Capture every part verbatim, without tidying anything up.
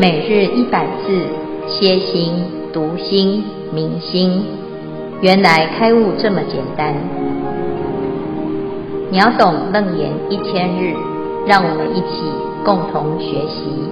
每日一百字，歇心、读心、明心，原来开悟这么简单。秒懂楞严一千日，让我们一起共同学习。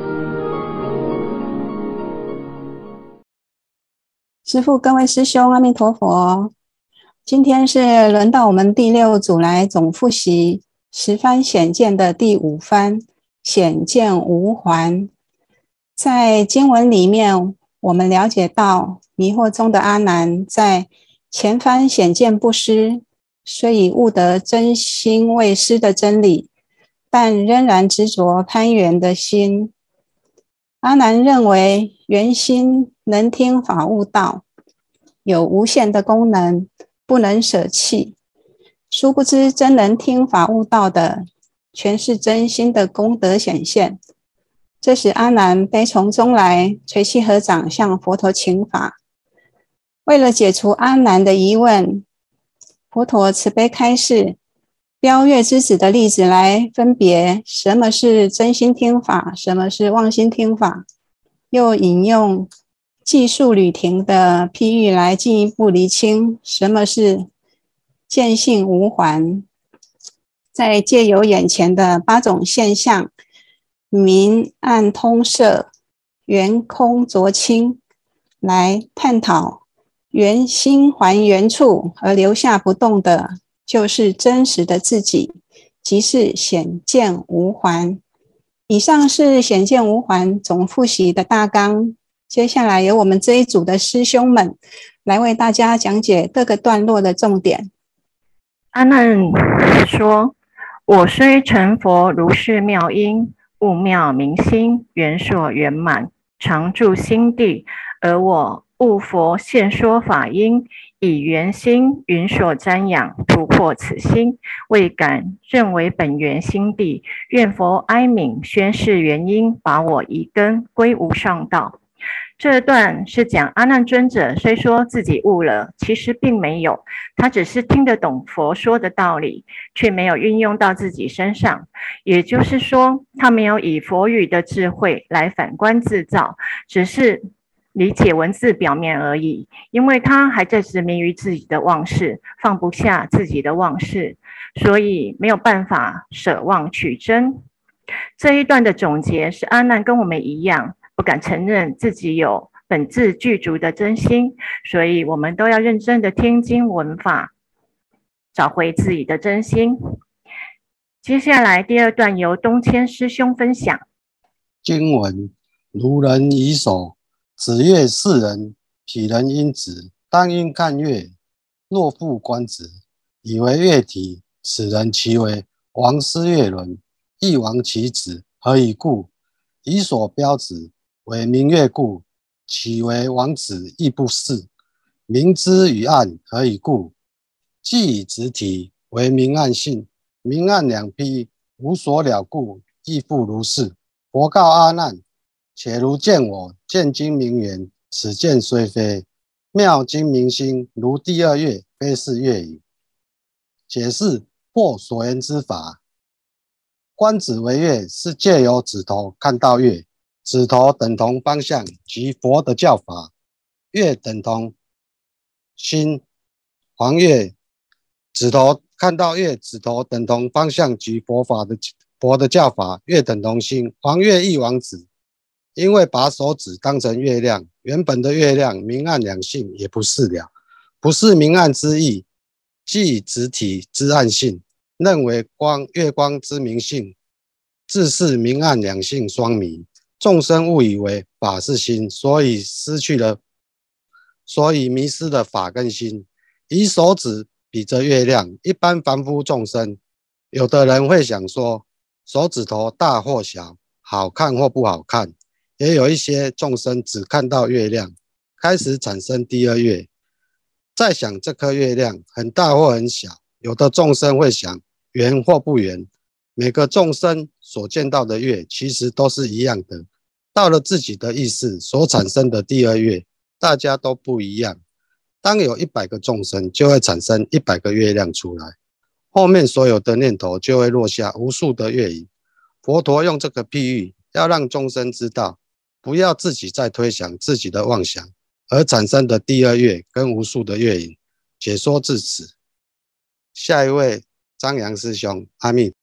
师父，各位师兄，阿弥陀佛。今天是轮到我们第六组来总复习十番显见的第五番，显见无还。在经文里面，我们了解到迷惑中的阿难在前番显见不失，虽已悟得真心未失的真理，但仍然执着攀缘的心。阿难认为缘心能听法悟道，有无限的功能，不能舍弃。殊不知真能听法悟道的，全是真心的功德显现。这时阿难悲从中来，垂膝合掌向佛陀请法。为了解除阿难的疑问，佛陀慈悲开示标月之子的例子来分别什么是真心听法，什么是妄心听法，又引用计数履亭的譬喻来进一步厘清什么是见性无还。再借由眼前的八种现象，明暗通摄、圆空浊清，来探讨原心还原处而留下不动的，就是真实的自己，即是显见无还。以上是显见无还总复习的大纲，接下来由我们这一组的师兄们来为大家讲解各个段落的重点。 阿难说：我虽成佛，如是妙音，悟妙明心，圆所圆满，常住心地，而我悟佛现说法音，以圆心云所瞻仰，突破此心，未敢认为本源心地，愿佛哀悯，宣示原因，把我移根归无上道。这段是讲阿难尊者虽说自己悟了，其实并没有，他只是听得懂佛说的道理，却没有运用到自己身上。也就是说，他没有以佛语的智慧来反观自照，只是理解文字表面而已，因为他还在执迷于自己的妄事，放不下自己的妄事，所以没有办法舍妄取真。这一段的总结是阿难跟我们一样，不敢承认自己有本自具足的真心，所以我们都要认真的听经闻法，找回自己的真心。接下来第二段由东谦师兄分享。 经文：如人以手指月世人，彼人因指，当因看月，若复观指，以为月体，此人其为王师月轮，亦王其指，何以故？以所标指为明月故，其为王子亦不是。明之与暗，何以故？既以直体为明暗性，明暗两批，无所了故，亦复如是。佛告阿难：且如见我见经明圆，此见虽非妙经明心，如第二月，非是月矣。解释或所言之法，观指为月，是借由指头看到月，指头等同方向即佛的教法，月等同心黄月，指头看到月，指头等同方向及佛法的佛的教法，月等同心，黄月亦王子。因为把手指当成月亮，原本的月亮明暗两性也不是了，不是明暗之意，即指体之暗性，认为光月光之明性，自是明暗两性双明。众生误以为法是心，所以失去了，所以迷失了法跟心。以手指比着月亮，一般凡夫众生，有的人会想说，手指头大或小，好看或不好看。也有一些众生只看到月亮，开始产生第二月，再想这颗月亮很大或很小。有的众生会想圆或不圆。每个众生所见到的月其实都是一样的，到了自己的意识所产生的第二月，大家都不一样。当有一百个众生，就会产生一百个月亮出来，后面所有的念头就会落下无数的月影。佛陀用这个譬喻，要让众生知道， 不要自己再推想自己的妄想而产生的第二业跟无数的业因。解说至此。下一位张扬师兄，阿密。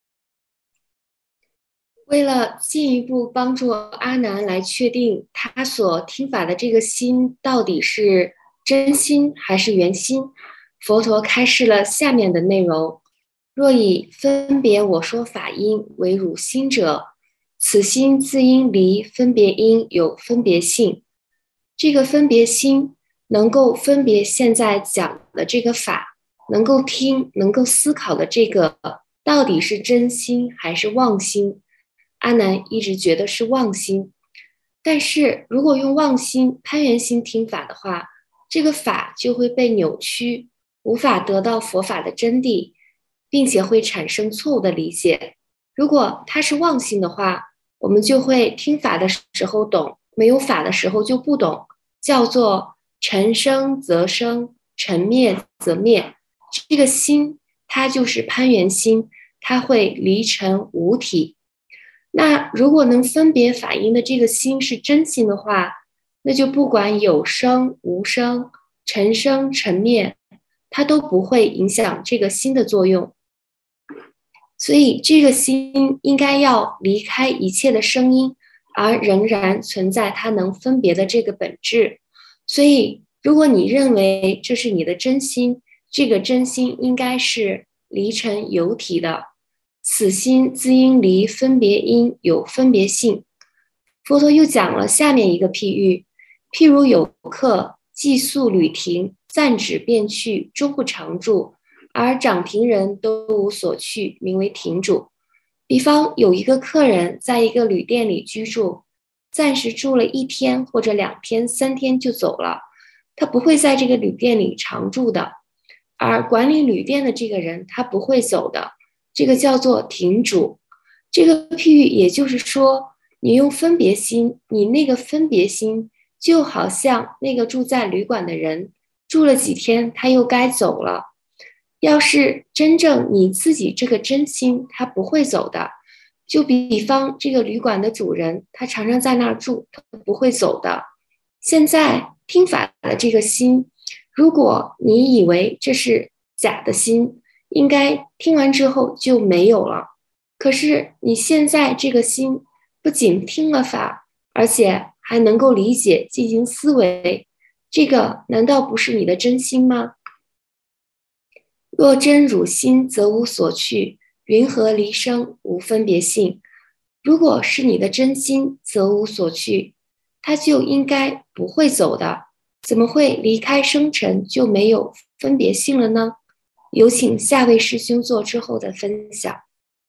为了进一步帮助阿难来确定他所听法的这个心到底是真心还是缘心，佛陀开示了下面的内容：若以分别我说法因为汝心者，此心自应离分别因有分别性。这个分别心能够分别现在讲的这个法，能够听能够思考的这个到底是真心还是妄心，阿难一直觉得是妄心。但是如果用妄心攀缘心听法的话，这个法就会被扭曲，无法得到佛法的真谛，并且会产生错误的理解。如果它是妄心的话，我们就会听法的时候懂，没有法的时候就不懂，叫做尘生则生，尘灭则灭。这个心它就是攀缘心，它会离尘无体。那如果能分别法因的这个心是真心的话，那就不管有生无生，尘生尘灭，它都不会影响这个心的作用。所以这个心应该要离开一切的声音，而仍然存在它能分别的这个本质。所以如果你认为这是你的真心，这个真心应该是离尘有体的，此心自应离分别因有分别性。佛陀又讲了下面一个譬喻：譬如有客寄宿旅亭，暂止便去，终不常住，而掌亭人都无所去，名为亭主。比方有一个客人在一个旅店里居住，暂时住了一天或者两天三天就走了，他不会在这个旅店里常住的。而管理旅店的这个人他不会走的，这个叫做亭主。这个譬喻也就是说，你用分别心，你那个分别心就好像那个住在旅馆的人，住了几天他又该走了。要是真正你自己这个真心他不会走的，就比方这个旅馆的主人他常常在那儿住，他不会走的。现在听法的这个心，如果你以为这是假的心，应该听完之后就没有了。可是你现在这个心不仅听了法，而且还能够理解进行思维，这个难道不是你的真心吗？若真汝心，则无所去，云何离生无分别性？如果是你的真心，则无所去，它就应该不会走的，怎么会离开生尘就没有分别性了呢？有请下位师兄做之后的分享。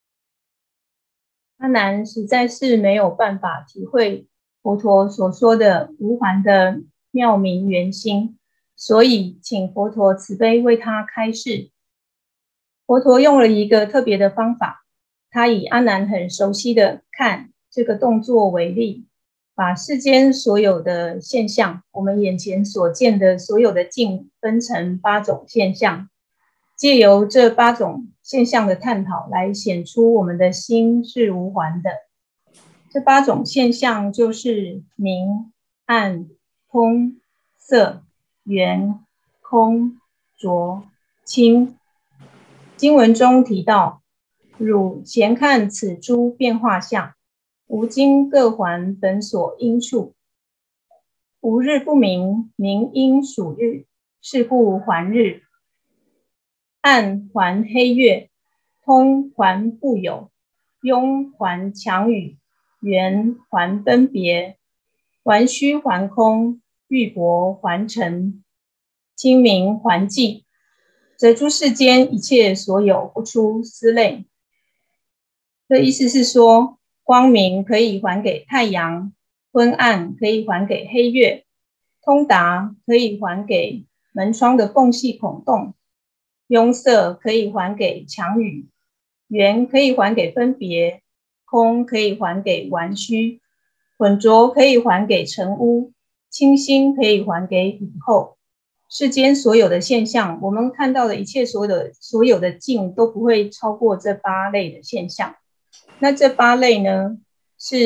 阿难实在是没有办法体会佛陀所说的无还的妙明圆心，所以请佛陀慈悲为他开示。佛陀用了一个特别的方法，他以阿难很熟悉的看这个动作为例，把世间所有的现象，我们眼前所见的所有的境分成八种现象，借由这八种现象的探讨来显出我们的心是无还的。这八种现象就是明、暗、通、色、圆、空、浊、清。经文中提到，汝闲看此诸变化相，无今各还本所因处。无日不明，明因属日，是故还日。暗还黑月，通还不有，庸还强语，圆还分别，还虚还空，玉帛还尘，清明还寂。则诸世间一切所有不出思类。这意思是说，光明可以还给太阳，昏暗可以还给黑月，通达可以还给门窗的缝隙孔洞，庸塞可以还给强语，圆可以还给分别，空可以还给玩虚，混浊可以还给尘污，清新可以还给雨后。世间所有的现象，我们看到的一切所有的所有的境都不会超过这八类的现象。那这八类呢，是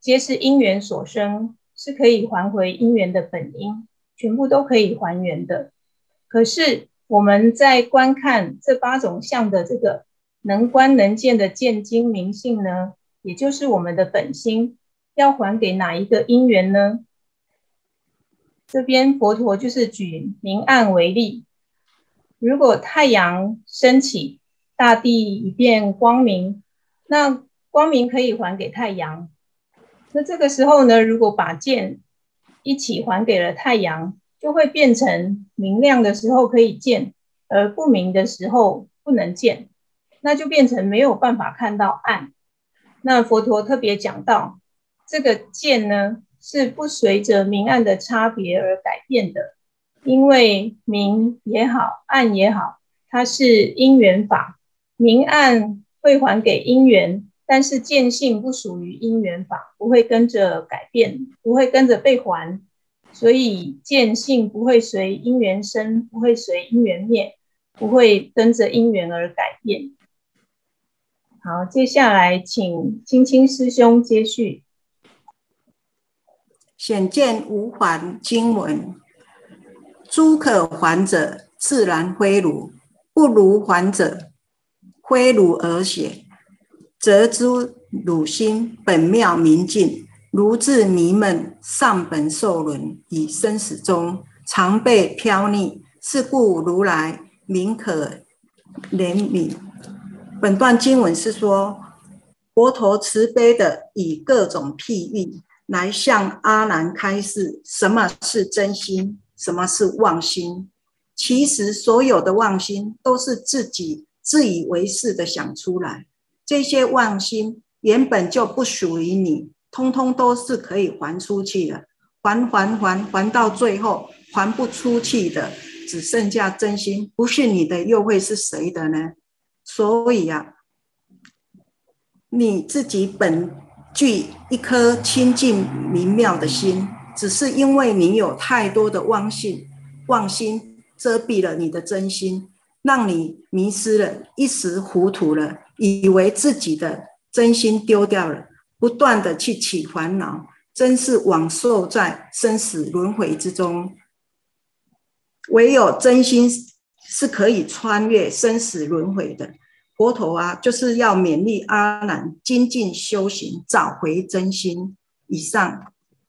皆是因缘所生，是可以还回因缘的本因，全部都可以还原的。可是我们在观看这八种相的这个能观能见的见精明性呢，也就是我们的本心，要还给哪一个因缘呢？这边佛陀就是举明暗为例，如果太阳升起，大地一片光明，那光明可以还给太阳。那这个时候呢，如果把见一起还给了太阳，就会变成明亮的时候可以见，而不明的时候不能见，那就变成没有办法看到暗。那佛陀特别讲到，这个见呢是不随着明暗的差别而改变的，因为明也好，暗也好，它是因缘法，明暗会还给因缘，但是见性不属于因缘法，不会跟着改变，不会跟着被还，所以见性不会随因缘生，不会随因缘灭，不会跟着因缘而改变。好，接下来请青青师兄接续。 显见无还经文，诸可还者，自然非如；不如还者，非如而显。则知汝心本妙明净，如自迷闷，上本受轮，以生死中常被飘溺。是故如来名可怜悯。本段经文是说，佛陀慈悲的以各种譬喻来向阿难开示什么是真心，什么是妄心。其实所有的妄心都是自己自以为是的想出来，这些妄心原本就不属于你，通通都是可以还出去的，还还还还到最后还不出去的只剩下真心，不是你的又会是谁的呢？所以啊，你自己本具一颗清净明妙的心，只是因为你有太多的妄心妄心遮蔽了你的真心，让你迷失了，一时糊涂了，以为自己的真心丢掉了，不断的去起烦恼，真是枉受在生死轮回之中。唯有真心是可以穿越生死轮回的。佛陀啊，就是要勉励阿难精进修行，找回真心。以上。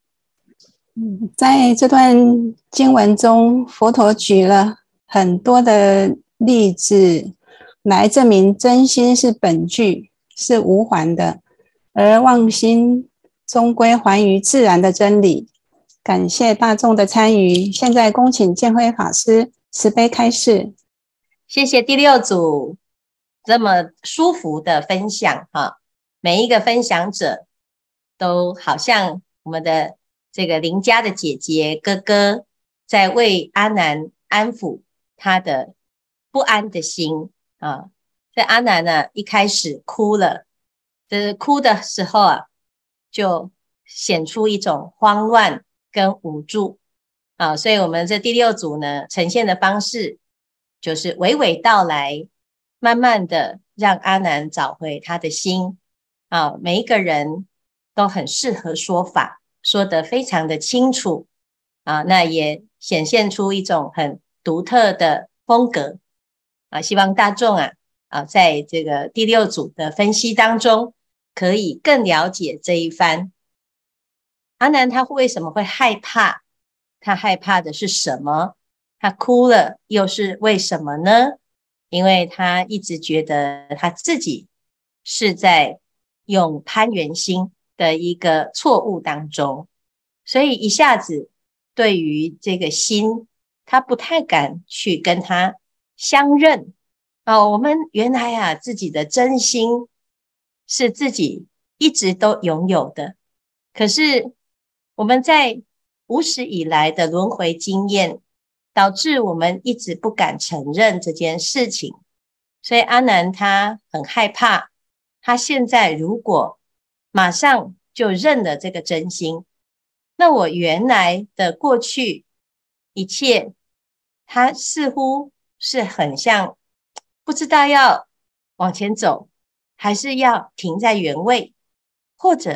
在这段经文中，佛陀举了很多的例子来证明真心是本具，是无还的，而妄心终归还于自然的真理。感谢大众的参与，现在恭请建辉法师慈悲开示。 谢谢第六组这么舒服的分享哈，每一个分享者都好像我们的这个邻家的姐姐哥哥，在为阿难安抚他的不安的心啊。这阿难呢，一开始哭了，这哭的时候啊，就显出一种慌乱跟无助啊。所以我们这第六组呢，呈现的方式就是娓娓道来，慢慢的让阿难找回他的心啊。每一个人都很适合说法，说得非常的清楚啊，那也显现出一种很独特的风格啊。希望大众啊啊，在这个第六组的分析当中，可以更了解这一番。阿难他为什么会害怕？他害怕的是什么？他哭了又是为什么呢？因为他一直觉得他自己是在用攀缘心的一个错误当中，所以一下子对于这个心，他不太敢去跟他相认哦。我们原来啊，自己的真心是自己一直都拥有的，可是我们在无始以来的轮回经验，导致我们一直不敢承认这件事情。所以阿难他很害怕，他现在如果马上就认了这个真心，那我原来的过去一切，他似乎是很像不知道要往前走，还是要停在原位，或者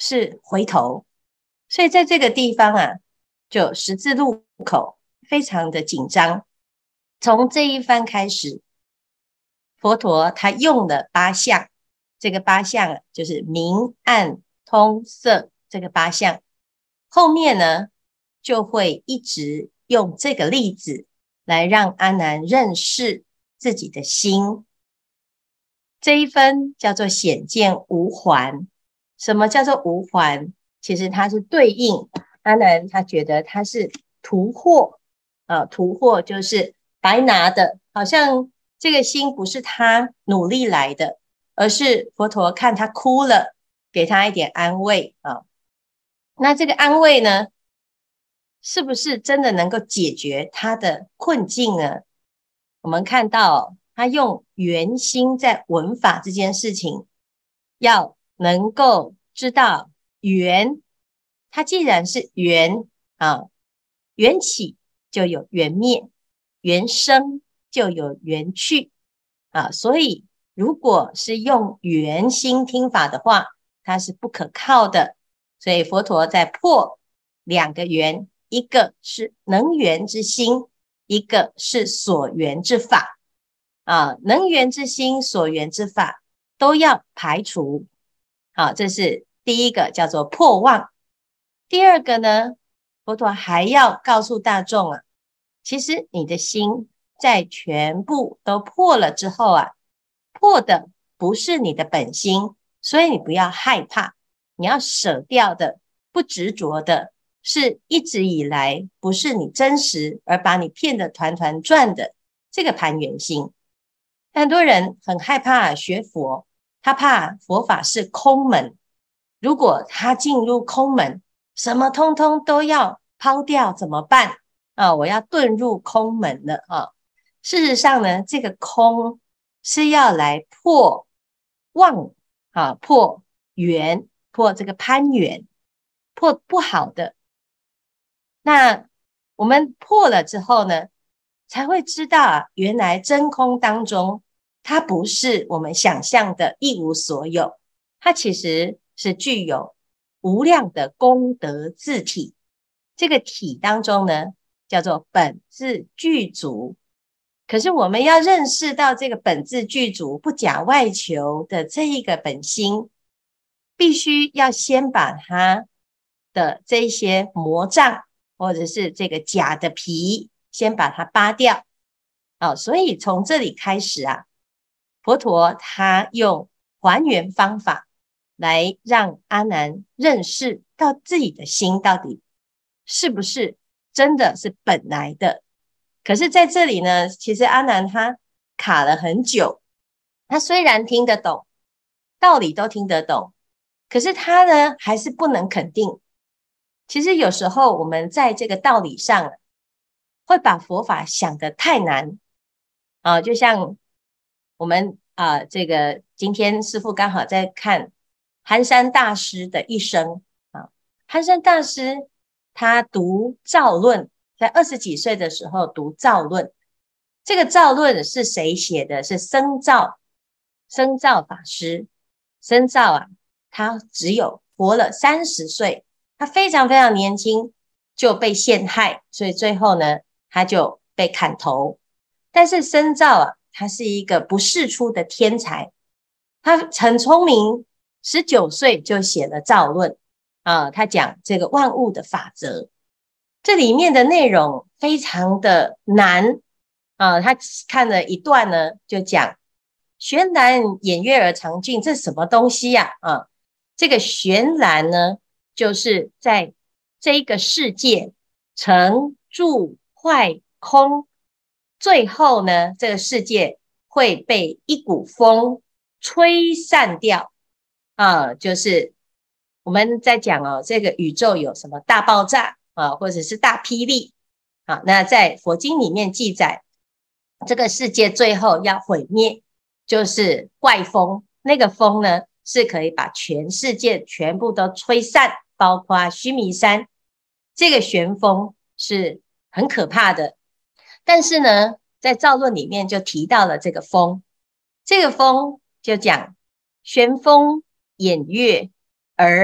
是回头，所以在这个地方啊，就十字路口非常的紧张。从这一番开始，佛陀他用了八相，这个八相就是明暗通色这个八相，后面呢就会一直用这个例子来让阿难认识自己的心。这一分叫做显见无还。什么叫做无还？其实它是对应阿难，他觉得他是图获啊，图获就是白拿的，好像这个心不是他努力来的，而是佛陀看他哭了，给他一点安慰啊。那这个安慰呢，是不是真的能够解决他的困境呢？我们看到他用圆心在闻法这件事情，要能够知道缘，它既然是缘啊，缘起就有缘灭，缘生就有缘去啊，所以如果是用圆心听法的话，它是不可靠的。所以佛陀在破两个缘，一个是能缘之心，一个是所缘之法啊，能缘之心、所缘之法都要排除。好，这是第一个，叫做破妄。第二个呢，佛陀还要告诉大众啊，其实你的心在全部都破了之后啊，破的不是你的本心，所以你不要害怕，你要舍掉的、不执着的，是一直以来不是你真实而把你骗得团团转的这个盘缘心。很多人很害怕学佛，他怕佛法是空门，如果他进入空门，什么通通都要抛掉怎么办啊？我要遁入空门了啊！事实上呢，这个空是要来破妄啊，破缘，破这个攀缘，破不好的。那我们破了之后呢，才会知道啊，原来真空当中，它不是我们想象的一无所有，它其实是具有无量的功德自体。这个体当中呢，叫做本自具足。可是我们要认识到这个本自具足、不假外求的这一个本心，必须要先把它的这些魔障，或者是这个假的皮，先把它扒掉。哦，所以从这里开始啊，佛陀他用还原方法来让阿难认识到自己的心到底是不是真的是本来的。可是在这里呢，其实阿难他卡了很久，他虽然听得懂，道理都听得懂，可是他呢还是不能肯定。其实有时候我们在这个道理上会把佛法想得太难啊，就像我们啊，这个今天师父刚好在看寒山大师的一生啊，寒山大师他读造论，在二十几岁的时候读造论，这个造论是谁写的？是僧肇，僧肇法师。僧肇啊，他只有活了三十岁，他非常非常年轻就被陷害，所以最后呢，他就被砍头。但是僧肇啊，他是一个不世出的天才，他很聪明，十九岁就写了造论啊，他讲这个万物的法则。这里面的内容非常的难啊，他看了一段呢，就讲玄蓝偃月而常俊，这什么东西呀？啊，啊，这个玄蓝呢，就是在这一个世界成住坏空，最后呢，这个世界会被一股风吹散掉啊，就是我们在讲哦，这个宇宙有什么大爆炸啊，或者是大霹雳啊，那在佛经里面记载，这个世界最后要毁灭，就是怪风，那个风呢是可以把全世界全部都吹散，包括须弥山，这个旋风是很可怕的。但是呢，在造论里面就提到了这个风，这个风就讲旋风偃月而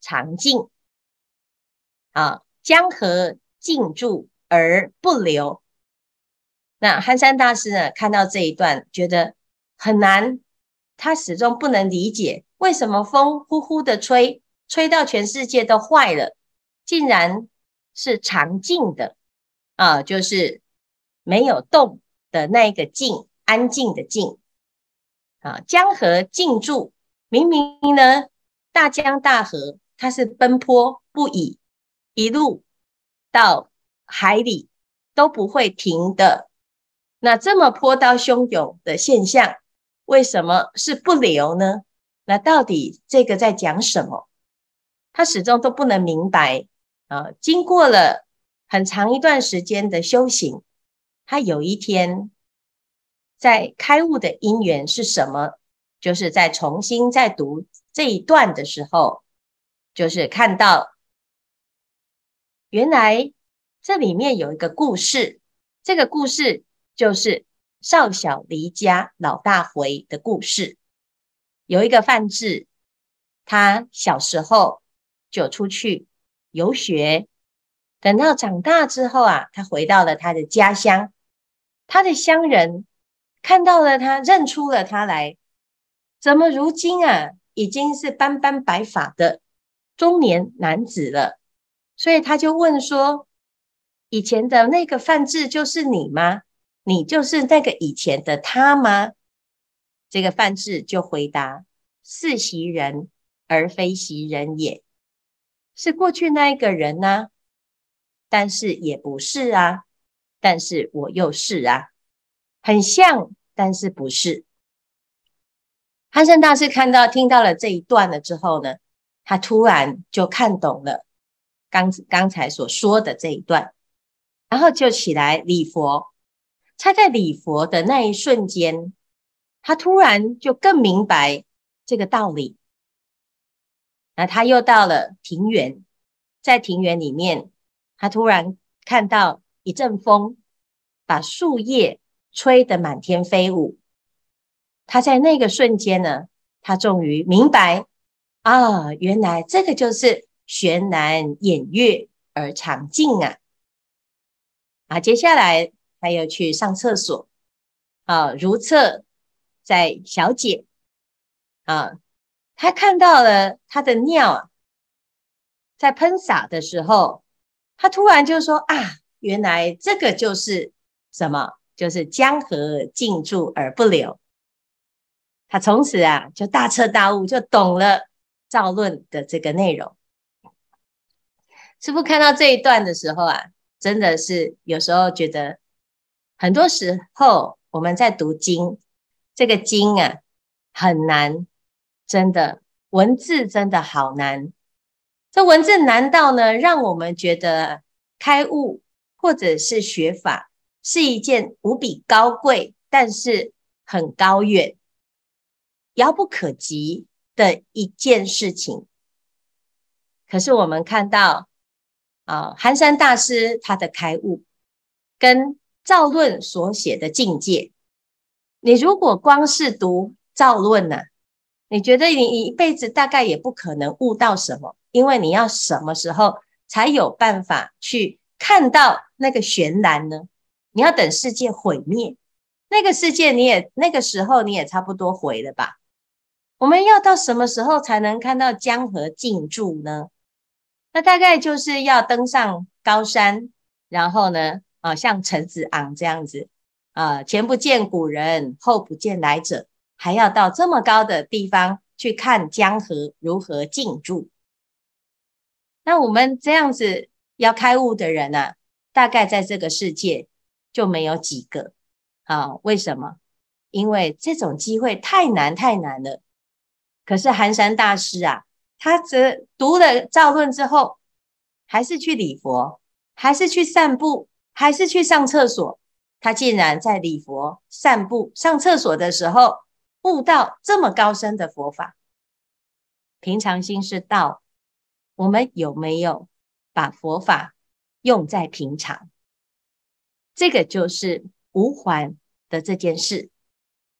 常静啊，江河静注而不流。那憨山大师呢，看到这一段觉得很难，他始终不能理解为什么风呼呼的吹，吹到全世界都坏了，竟然是常静的啊，就是没有动的那个静，安静的静啊。江河静注，明明呢大江大河它是奔波不已，一路到海里都不会停的，那这么波涛汹涌的现象，为什么是不流呢？那到底这个在讲什么？他始终都不能明白啊。经过了很长一段时间的修行，他有一天在开悟的因缘是什么？就是在重新再读这一段的时候，就是看到原来这里面有一个故事，这个故事就是少小离家老大回的故事。有一个范志，他小时候就出去游学，等到长大之后啊，他回到了他的家乡，他的乡人看到了他，认出了他来，怎么如今啊已经是斑斑白发的中年男子了？所以他就问说，以前的那个范志就是你吗？你就是那个以前的他吗？这个范志就回答，是袭人而非袭人也，是过去那一个人啊，但是也不是啊，但是我又是啊，很像但是不是。憨山大师看到听到了这一段了之后呢，他突然就看懂了刚刚才所说的这一段，然后就起来礼佛。他在礼佛的那一瞬间，他突然就更明白这个道理。那他又到了庭园，在庭园里面，他突然看到一阵风把树叶吹得满天飞舞。他在那个瞬间呢，他终于明白啊，原来这个就是玄南掩月而常静啊。啊，接下来他又去上厕所啊，如厕在小姐啊，他看到了他的尿啊，在喷洒的时候，他突然就说啊，原来这个就是什么？就是江河静注而不流。他从此啊就大彻大悟，就懂了造论的这个内容。师父看到这一段的时候啊，真的是有时候觉得，很多时候我们在读经，这个经啊很难，真的文字真的好难。这文字难到呢，让我们觉得开悟或者是学法是一件无比高贵，但是很高远，遥不可及的一件事情。可是我们看到啊，憨山大师他的开悟跟造论所写的境界，你如果光是读造论呢、啊，你觉得你一辈子大概也不可能悟到什么，因为你要什么时候才有办法去看到那个玄蓝呢？你要等世界毁灭，那个世界你也那个时候你也差不多毁了吧？我们要到什么时候才能看到江河静注呢？那大概就是要登上高山，然后呢，啊，像陈子昂这样子，啊，前不见古人，后不见来者，还要到这么高的地方去看江河如何静注。那我们这样子要开悟的人啊，大概在这个世界就没有几个。啊，为什么？因为这种机会太难太难了。可是憨山大师啊，他则读了造论之后，还是去礼佛，还是去散步，还是去上厕所。他竟然在礼佛、散步、上厕所的时候，悟到这么高深的佛法。平常心是道，我们有没有把佛法用在平常？这个就是无还的这件事。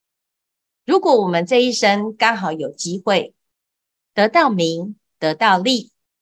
如果我们这一生刚好有机会得到名、得到利、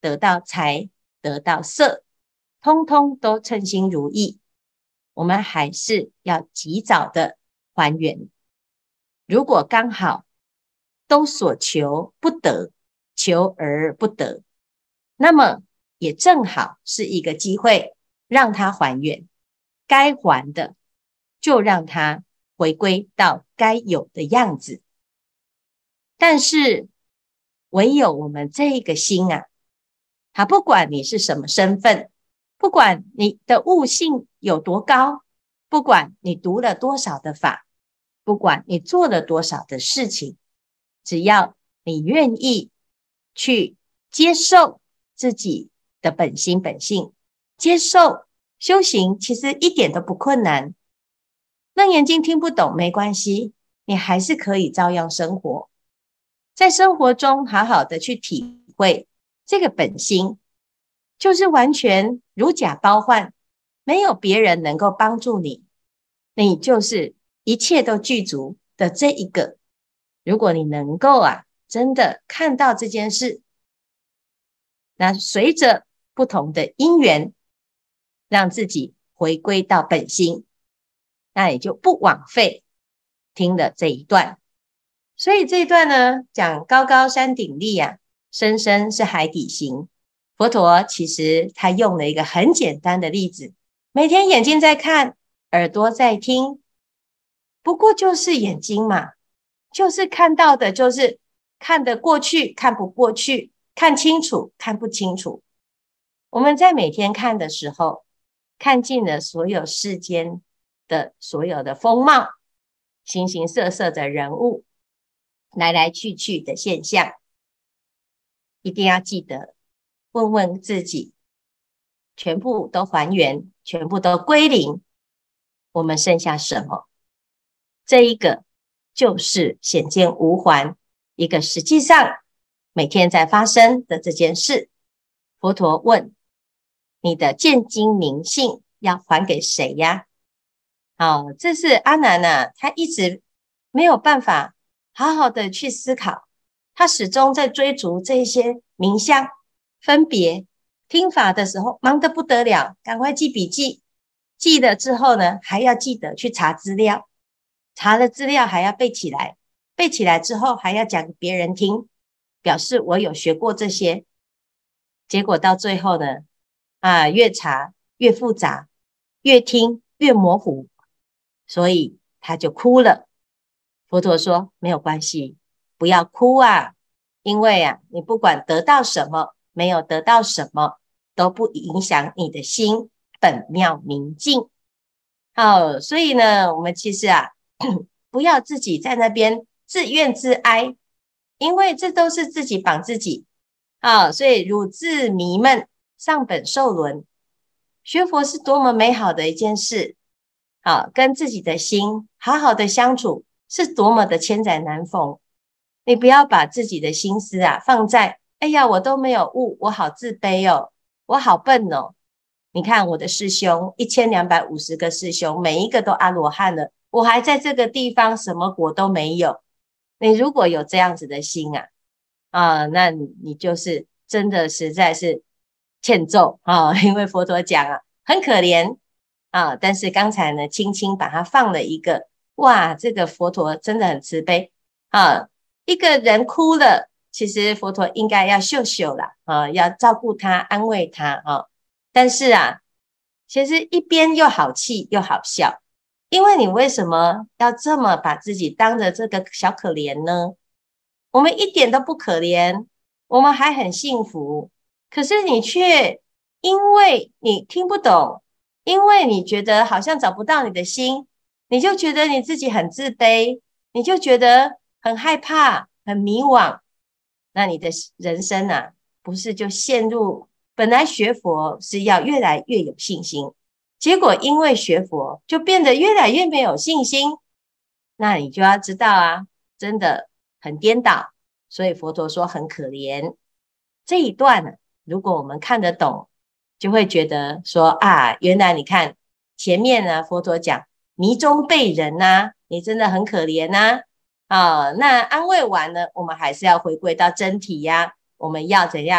得到财，得到色，通通都称心如意，我们还是要及早的还原。如果刚好都所求不得，求而不得，那么也正好是一个机会让它还原，该还的就让它回归到该有的样子。但是唯有我们这个心啊，它不管你是什么身份，不管你的悟性有多高，不管你读了多少的法，不管你做了多少的事情，只要你愿意去接受自己的本心本性，接受修行其实一点都不困难。楞严经听不懂没关系，你还是可以照样生活，在生活中好好的去体会这个本心，就是完全如假包换，没有别人能够帮助你，你就是一切都具足的这一个。如果你能够啊真的看到这件事，那随着不同的因缘，让自己回归到本心，那也就不枉费听了这一段。所以这一段呢，讲高高山顶立啊，深深是海底行。佛陀其实他用了一个很简单的例子，每天眼睛在看，耳朵在听，不过就是眼睛嘛，就是看到的，就是看得过去，看不过去，看清楚，看不清楚。我们在每天看的时候，看尽了所有世间的所有的风貌，形形色色的人物，来来去去的现象，一定要记得问问自己，全部都还原，全部都归零，我们剩下什么？这一个就是显见无还，一个实际上每天在发生的这件事。佛陀问，你的见精明性要还给谁呀？好，这是阿难啊，他一直没有办法好好的去思考，他始终在追逐这些名相分别。听法的时候忙得不得了，赶快记笔记，记了之后呢，还要记得去查资料，查了资料还要背起来，背起来之后还要讲给别人听，表示我有学过这些。结果到最后呢，啊，越查越复杂，越听越模糊，所以他就哭了。佛陀说，没有关系，不要哭啊，因为啊，你不管得到什么，没有得到什么，都不影响你的心本妙明净。好，所以呢，我们其实啊，不要自己在那边自怨自哀，因为这都是自己绑自己。好，所以汝自迷闷，上本受轮。学佛是多么美好的一件事，好，跟自己的心好好的相处，是多么的千载难逢。你不要把自己的心思啊放在，哎呀，我都没有悟，我好自卑哦，我好笨哦。你看我的师兄一千两百五十个师兄，每一个都阿罗汉了，我还在这个地方什么果都没有。你如果有这样子的心啊，啊，那你你就是真的实在是欠揍啊！因为佛陀讲啊，很可怜啊，但是刚才呢，轻轻把它放了一个，哇，这个佛陀真的很慈悲啊！一个人哭了，其实佛陀应该要秀秀啦，啊，要照顾他，安慰他啊。但是啊，其实一边又好气又好笑，因为你为什么要这么把自己当着这个小可怜呢？我们一点都不可怜，我们还很幸福，可是你却因为你听不懂，因为你觉得好像找不到你的心，你就觉得你自己很自卑，你就觉得很害怕，很迷惘，那你的人生啊，不是就陷入本来学佛是要越来越有信心，结果因为学佛就变得越来越没有信心，那你就要知道啊，真的很颠倒，所以佛陀说很可怜。这一段呢，如果我们看得懂，就会觉得说啊，原来你看前面呢，佛陀讲迷中被人啊，你真的很可怜啊。啊，那安慰完了，我们还是要回归到真体呀、啊。我们要怎样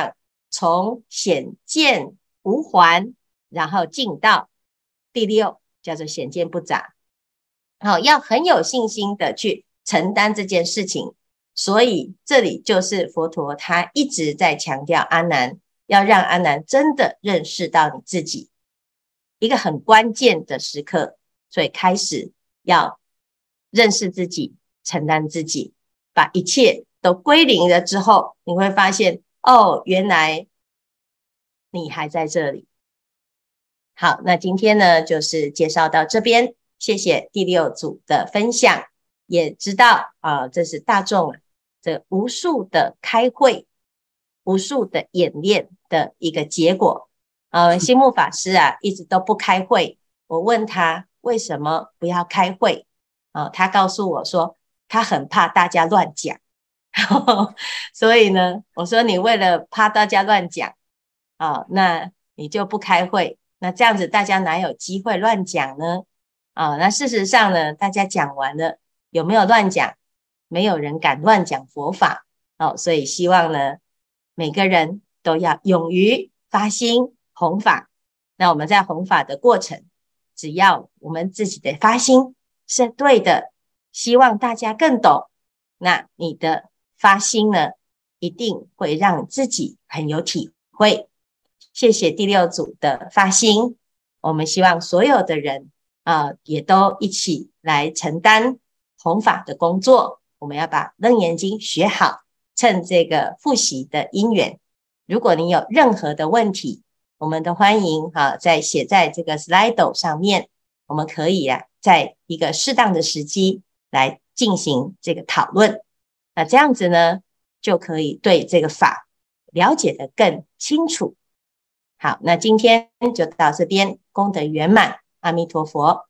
从显见无还，然后进到第六，叫做显见不杂。好，要很有信心的去承担这件事情。所以这里就是佛陀他一直在强调阿难，要让阿难真的认识到你自己，一个很关键的时刻。所以开始要认识自己，承担自己，把一切都归零了之后，你会发现，哦，原来你还在这里。好，那今天呢，就是介绍到这边，谢谢第六组的分享，也知道啊、呃，这是大众这无数的开会、无数的演练的一个结果。呃，心木法师啊，一直都不开会。我问他为什么不要开会啊、呃？他告诉我说，他很怕大家乱讲。所以呢，我说你为了怕大家乱讲啊、呃，那你就不开会。那这样子大家哪有机会乱讲呢？啊、呃，那事实上呢，大家讲完了，有没有乱讲？没有人敢乱讲佛法。哦，所以希望呢，每个人都要勇于发心弘法。那我们在弘法的过程，只要我们自己的发心是对的，希望大家更懂，那你的发心呢，一定会让自己很有体会。谢谢第六组的发心，我们希望所有的人啊、呃，也都一起来承担弘法的工作。我们要把楞严经学好，趁这个复习的因缘，如果你有任何的问题，我们都欢迎啊，在写在这个 Slido 上面，我们可以啊，在一个适当的时机来进行这个讨论。那这样子呢，就可以对这个法了解得更清楚。好，那今天就到这边，功德圆满，阿弥陀佛。